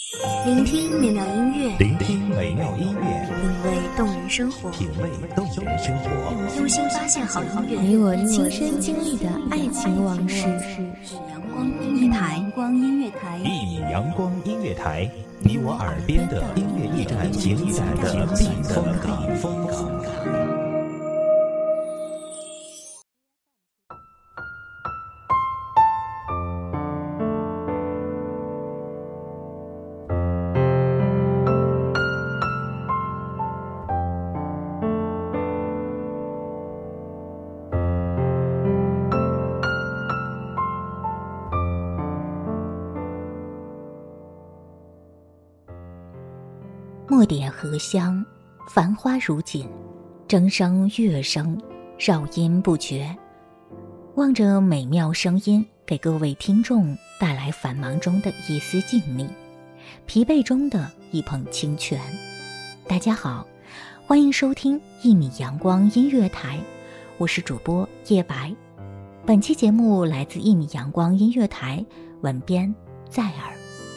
聆听美妙音乐， 聆听美妙音乐， 品味动人生活， 品味动人生活， 用心发现好音乐， 你我亲身经历的爱情往事。 阳光音乐台，阳光音乐台， 一米阳光音乐台，你我耳边的音乐驿站，情感的避风港。 墨点荷香，繁花如锦，筝声乐声，绕音不绝。望着美妙声音，给各位听众带来繁忙中的一丝静谧，疲惫中的一捧清泉。大家好，欢迎收听一米阳光音乐台，我是主播叶白。本期节目来自一米阳光音乐台，文编在耳。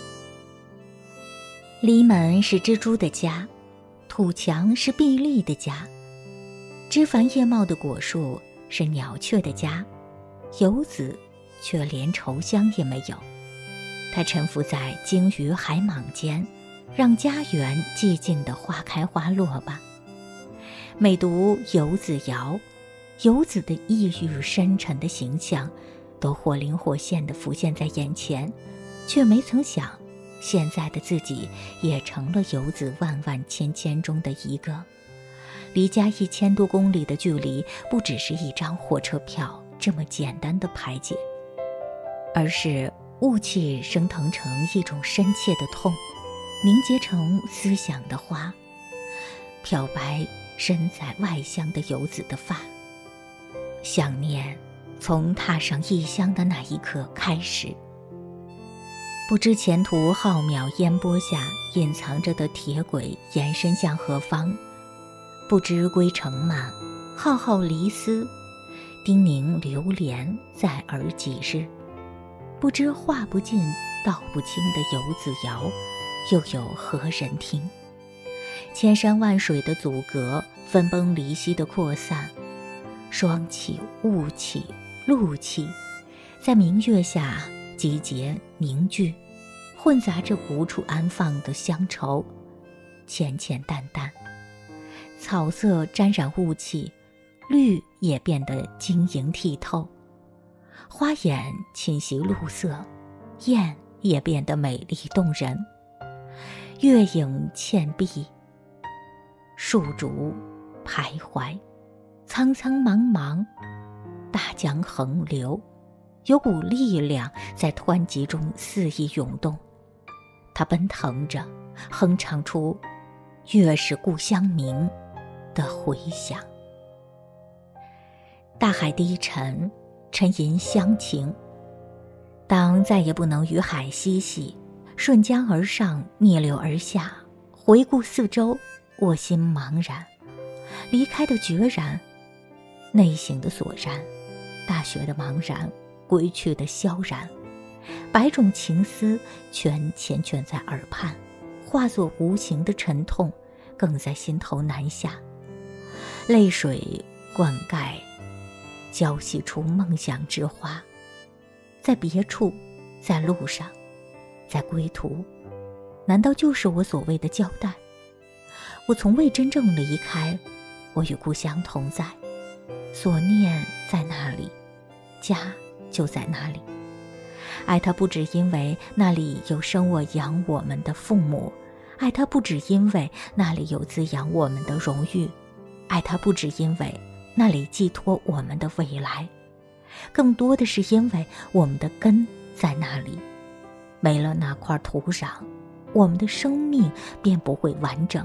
篱门是蜘蛛的家，土墙是碧丽的家，枝繁叶茂的果树是鸟雀的家，游子却连愁香也没有。他沉浮在鲸鱼海蟒间，让家园寂静的花开花落吧。每读游子谣，游子的抑郁深沉的形象都或灵或现地浮现在眼前，却没曾想现在的自己也成了游子万万千千中的一个。离家1000多公里的距离，不只是一张火车票这么简单的排解，而是雾气升腾成一种深切的痛，凝结成思想的花，漂白身在外乡的游子的发。想念从踏上异乡的那一刻开始，不知前途浩渺烟波下隐藏着的铁轨延伸向何方，不知归程马浩浩离思，叮咛流连在耳几日，不知话不尽道不清的游子谣，又有何人听？千山万水的阻隔，分崩离析的扩散，霜气雾气露气，在明月下集结凝聚，混杂着无处安放的乡愁，浅浅淡淡，草色沾染雾气，绿也变得晶莹剔透，花眼侵袭露色，燕也变得美丽动人。月影倩碧，树竹徘徊，苍苍茫茫，大江横流，有股力量在湍急中肆意涌动，它奔腾着，哼唱出月是故乡明的回响。大海低沉，沉吟乡情。当再也不能与海嬉戏，顺江而上，逆流而下，回顾四周，我心茫然，离开的决然，内省的索然，大学的茫然，归去的萧然，百种情思全缱绻在耳畔，化作无形的沉痛，更在心头难下。泪水灌溉，浇熄出梦想之花，在别处，在路上，在归途，难道就是我所谓的交代？我从未真正离开，我与故乡同在，所念在那里，家就在那里。爱他不只因为那里有生我养我们的父母，爱他不只因为那里有滋养我们的荣誉，爱他不只因为那里寄托我们的未来，更多的是因为我们的根在那里。没了那块土壤，我们的生命便不会完整。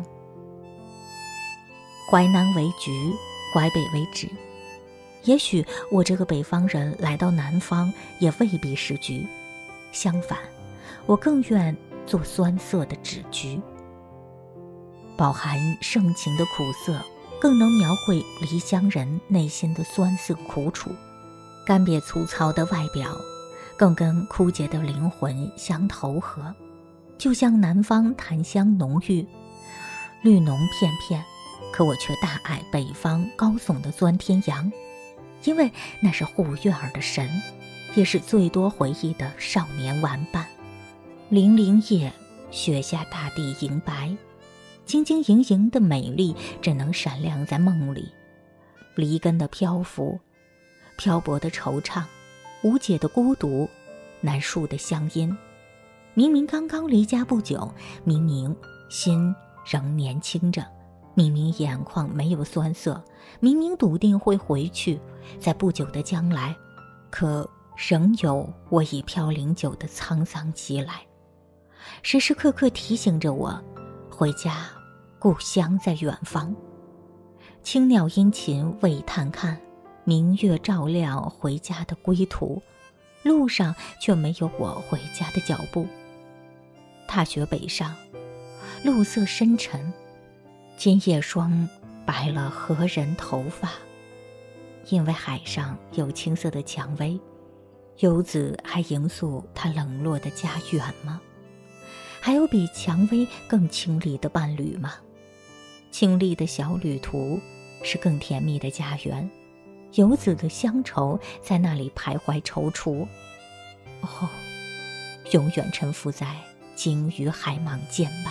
淮南为局，淮北为枳。也许我这个北方人来到南方也未必是局，相反，我更愿做酸涩的枳橘。饱含盛情的苦涩，更能描绘离乡人内心的酸涩苦楚。干瘪粗糙的外表，更跟枯竭的灵魂相投合。 就像南方檀香浓郁，绿浓片片，可我却大爱北方高耸的钻天杨，因为那是护院儿的神，也是最多回忆的少年玩伴。零零夜，雪下大地银白，晶晶莹莹的美丽只能闪亮在梦里。离根的漂浮，漂泊的惆怅，无解的孤独，难述的乡音。明明刚刚离家不久，明明心仍年轻着，明明眼眶没有酸涩，明明笃定会回去，在不久的将来，可仍有我已飘零久的沧桑袭来，时时刻刻提醒着我，回家，故乡在远方。青鸟殷勤为探看，明月照亮回家的归途，路上却没有我回家的脚步。踏雪北上，路色深沉，今夜霜白了何人头发？因为海上有青色的蔷薇，游子还迎宿他冷落的家园吗？还有比蔷薇更清丽的伴侣吗？清丽的小旅途是更甜蜜的家园，游子的乡愁在那里徘徊踌躇。哦，永远沉浮在鲸鱼海蟒间吧。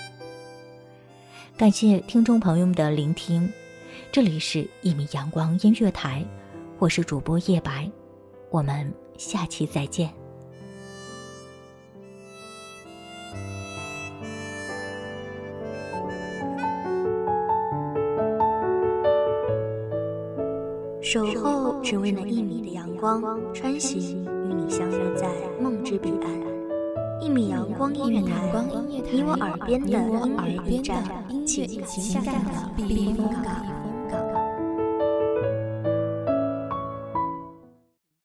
感谢听众朋友们的聆听，这里是一米阳光音乐台，我是主播叶白，我们下期再见。 守候只为那1米的阳光，穿行与你相约在梦之彼岸。1米阳光音乐台，你我耳边的音乐驿站，情感的避风港。